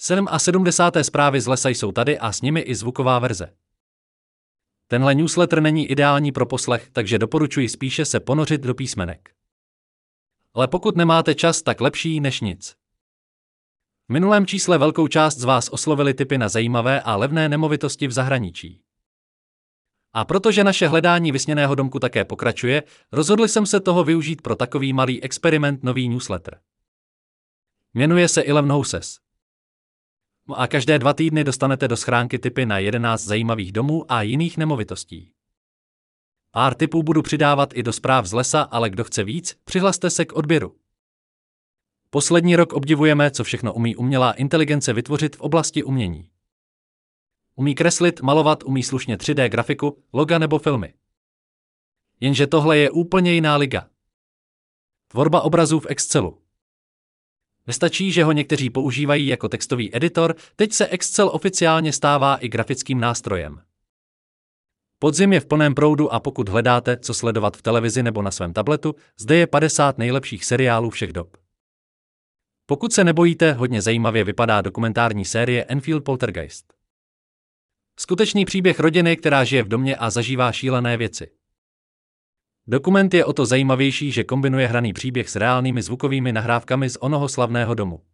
77. zprávy z lesa jsou tady a s nimi i zvuková verze. Tenhle newsletter není ideální pro poslech, takže doporučuji spíše se ponořit do písmenek. Ale pokud nemáte čas, tak lepší než nic. V minulém čísle velkou část z vás oslovili tipy na zajímavé a levné nemovitosti v zahraničí. A protože naše hledání vysněného domku také pokračuje, rozhodl jsem se toho využít pro takový malý experiment nový newsletter. Jmenuje se 11 Houses. A každé 2 týdny dostanete do schránky tipy na 11 zajímavých domů a jiných nemovitostí. Pár tipů budu přidávat i do zpráv z lesa, ale kdo chce víc, přihlaste se k odběru. Poslední rok obdivujeme, co všechno umí umělá inteligence vytvořit v oblasti umění. Umí kreslit, malovat, umí slušně 3D grafiku, loga nebo filmy. Jenže tohle je úplně jiná liga. Tvorba obrazů v Excelu. Nestačí, že ho někteří používají jako textový editor, teď se Excel oficiálně stává i grafickým nástrojem. Podzim je v plném proudu a pokud hledáte, co sledovat v televizi nebo na svém tabletu, zde je 50 nejlepších seriálů všech dob. Pokud se nebojíte, hodně zajímavě vypadá dokumentární série Enfield Poltergeist. Skutečný příběh rodiny, která žije v domě a zažívá šílené věci. Dokument je o to zajímavější, že kombinuje hraný příběh s reálnými zvukovými nahrávkami z onoho slavného domu.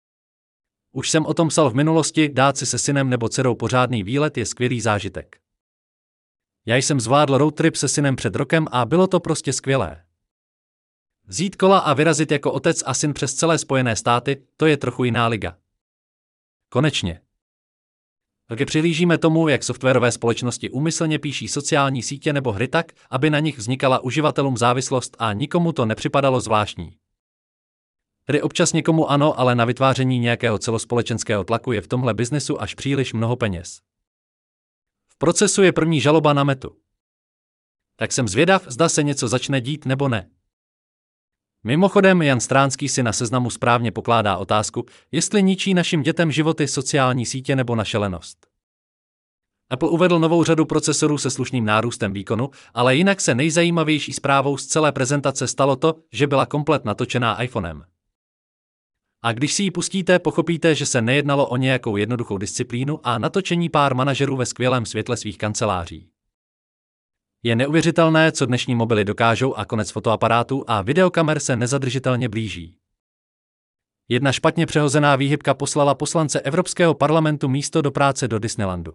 Už jsem o tom psal v minulosti, dát si se synem nebo dcerou pořádný výlet je skvělý zážitek. Já jsem zvládl road trip se synem před rokem a bylo to prostě skvělé. Vzít kola a vyrazit jako otec a syn přes celé Spojené státy, to je trochu jiná liga. Konečně. Také přihlížíme tomu, jak softwarové společnosti úmyslně píší sociální sítě nebo hry tak, aby na nich vznikala uživatelům závislost a nikomu to nepřipadalo zvláštní. Tedy občas někomu ano, ale na vytváření nějakého celospolečenského tlaku je v tomhle biznesu až příliš mnoho peněz. V procesu je první žaloba na Metu. Tak jsem zvědav, zda se něco začne dít nebo ne. Mimochodem, Jan Stránský si na Seznamu správně pokládá otázku, jestli ničí našim dětem životy sociální sítě nebo naše lenost. Apple uvedl novou řadu procesorů se slušným nárůstem výkonu, ale jinak se nejzajímavější zprávou z celé prezentace stalo to, že byla komplet natočená iPhonem. A když si ji pustíte, pochopíte, že se nejednalo o nějakou jednoduchou disciplínu a natočení pár manažerů ve skvělém světle svých kanceláří. Je neuvěřitelné, co dnešní mobily dokážou a konec fotoaparátů a videokamer se nezadržitelně blíží. Jedna špatně přehozená výhybka poslala poslance Evropského parlamentu místo do práce do Disneylandu.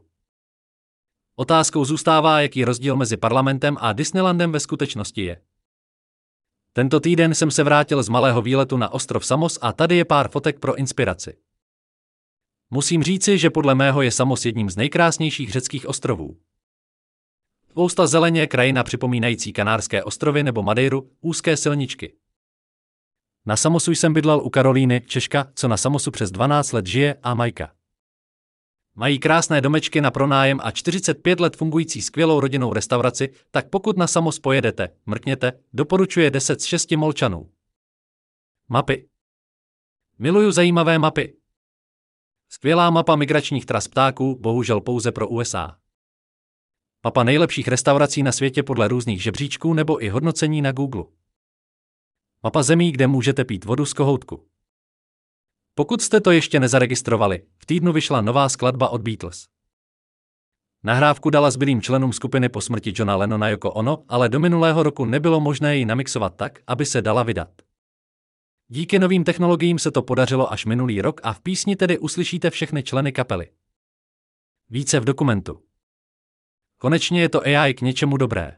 Otázkou zůstává, jaký rozdíl mezi parlamentem a Disneylandem ve skutečnosti je. Tento týden jsem se vrátil z malého výletu na ostrov Samos a tady je pár fotek pro inspiraci. Musím říci, že podle mého je Samos jedním z nejkrásnějších řeckých ostrovů. Spousta zeleně, krajina připomínající Kanárské ostrovy nebo Madeiru, úzké silničky. Na Samosu jsem bydlel u Karolíny, Češka, co na Samosu přes 12 let žije, a Majka. Mají krásné domečky na pronájem a 45 let fungující skvělou rodinnou restauraci, tak pokud na Samos pojedete, mrkněte, doporučuje 10 z 6 Molčanů. Mapy. Miluju zajímavé mapy. Skvělá mapa migračních tras ptáků, bohužel pouze pro USA. Mapa nejlepších restaurací na světě podle různých žebříčků nebo i hodnocení na Google. Mapa zemí, kde můžete pít vodu z kohoutku. Pokud jste to ještě nezaregistrovali, v týdnu vyšla nová skladba od Beatles. Nahrávku dala zbylým členům skupiny po smrti Johna Lennona Yoko Ono, ale do minulého roku nebylo možné ji namixovat tak, aby se dala vydat. Díky novým technologiím se to podařilo až minulý rok a v písni tedy uslyšíte všechny členy kapely. Více v dokumentu. Konečně je to AI k něčemu dobré.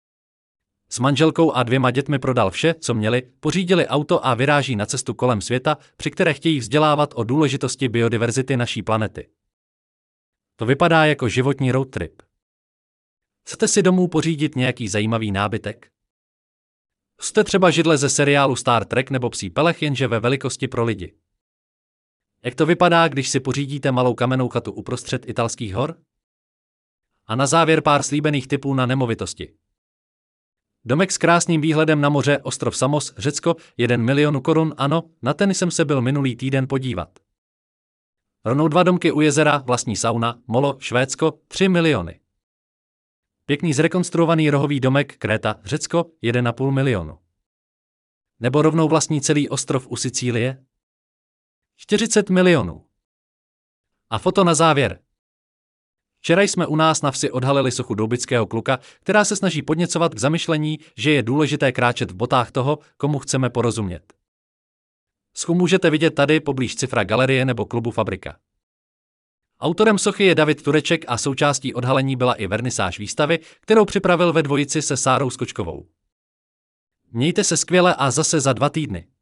S manželkou a 2 dětmi prodal vše, co měli, pořídili auto a vyráží na cestu kolem světa, při které chtějí vzdělávat o důležitosti biodiverzity naší planety. To vypadá jako životní road trip. Chcete si domů pořídit nějaký zajímavý nábytek? Jste třeba židle ze seriálu Star Trek nebo Psí pelech, jenže ve velikosti pro lidi. Jak to vypadá, když si pořídíte malou kamennou chatu uprostřed italských hor? A na závěr pár slíbených tipů na nemovitosti. Domek s krásným výhledem na moře, ostrov Samos, Řecko, 1 milion korun, ano, na ten jsem se byl minulý týden podívat. Rovnou 2 domky u jezera, vlastní sauna, molo, Švédsko, 3 miliony. Pěkný zrekonstruovaný rohový domek, Kréta, Řecko, 1,5 milionu. Nebo rovnou vlastní celý ostrov u Sicílie? 40 milionů. A foto na závěr. Včera jsme u nás na vsi odhalili sochu doubického kluka, která se snaží podněcovat k zamyšlení, že je důležité kráčet v botách toho, komu chceme porozumět. Sochu můžete vidět tady poblíž Cifra galerie nebo klubu Fabrika. Autorem sochy je David Tureček a součástí odhalení byla i vernisáž výstavy, kterou připravil ve dvojici se Sárou Skočkovou. Mějte se skvěle a zase za 2 týdny.